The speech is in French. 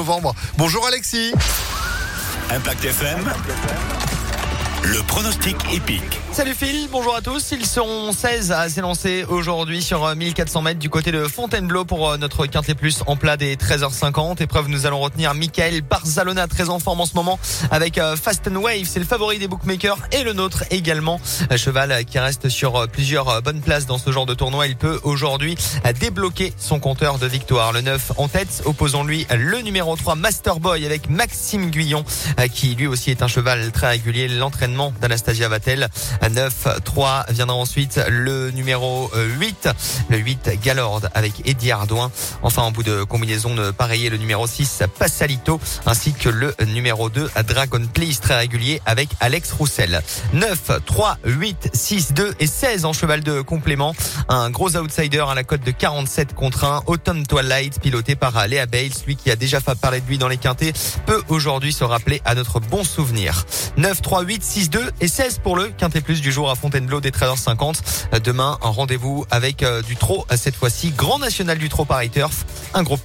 novembre. Bonjour Alexis. Impact FM, le pronostic épique. Salut Phil, bonjour à tous. Ils seront 16 à s'élancer aujourd'hui sur 1400 mètres du côté de Fontainebleau pour notre Quintet Plus en plat des 13h50. Épreuve, nous allons retenir Michael Barzalona, très en forme en ce moment avec Fast and Wave. C'est le favori des bookmakers et le nôtre également. Un cheval qui reste sur plusieurs bonnes places dans ce genre de tournoi. Il peut aujourd'hui débloquer son compteur de victoire. Le 9 en tête, opposons-lui le numéro 3 Masterboy avec Maxime Guyon qui lui aussi est un cheval très régulier. L'entraînement d'Anastasia Vatel. 9-3 viendra ensuite le numéro 8, le 8 Galord avec Eddie Ardouin. Enfin, en bout de combinaison de pareiller le numéro 6 Passalito ainsi que le numéro 2 Dragon Please, très régulier avec Alex Roussel. 9, 3, 8, 6, 2 et 16 en cheval de complément. Un gros outsider à la cote de 47 contre 1. Autumn Twilight piloté par Léa Bales, lui qui a déjà parlé de lui dans les quintés, peut aujourd'hui se rappeler à notre bon souvenir. 9, 3, 8, 6, 2 et 16 pour le Quintet Plus du jour à Fontainebleau des 13h50. Demain, un rendez-vous avec du trot, cette fois-ci Grand National du trot Paris Turf. Un gros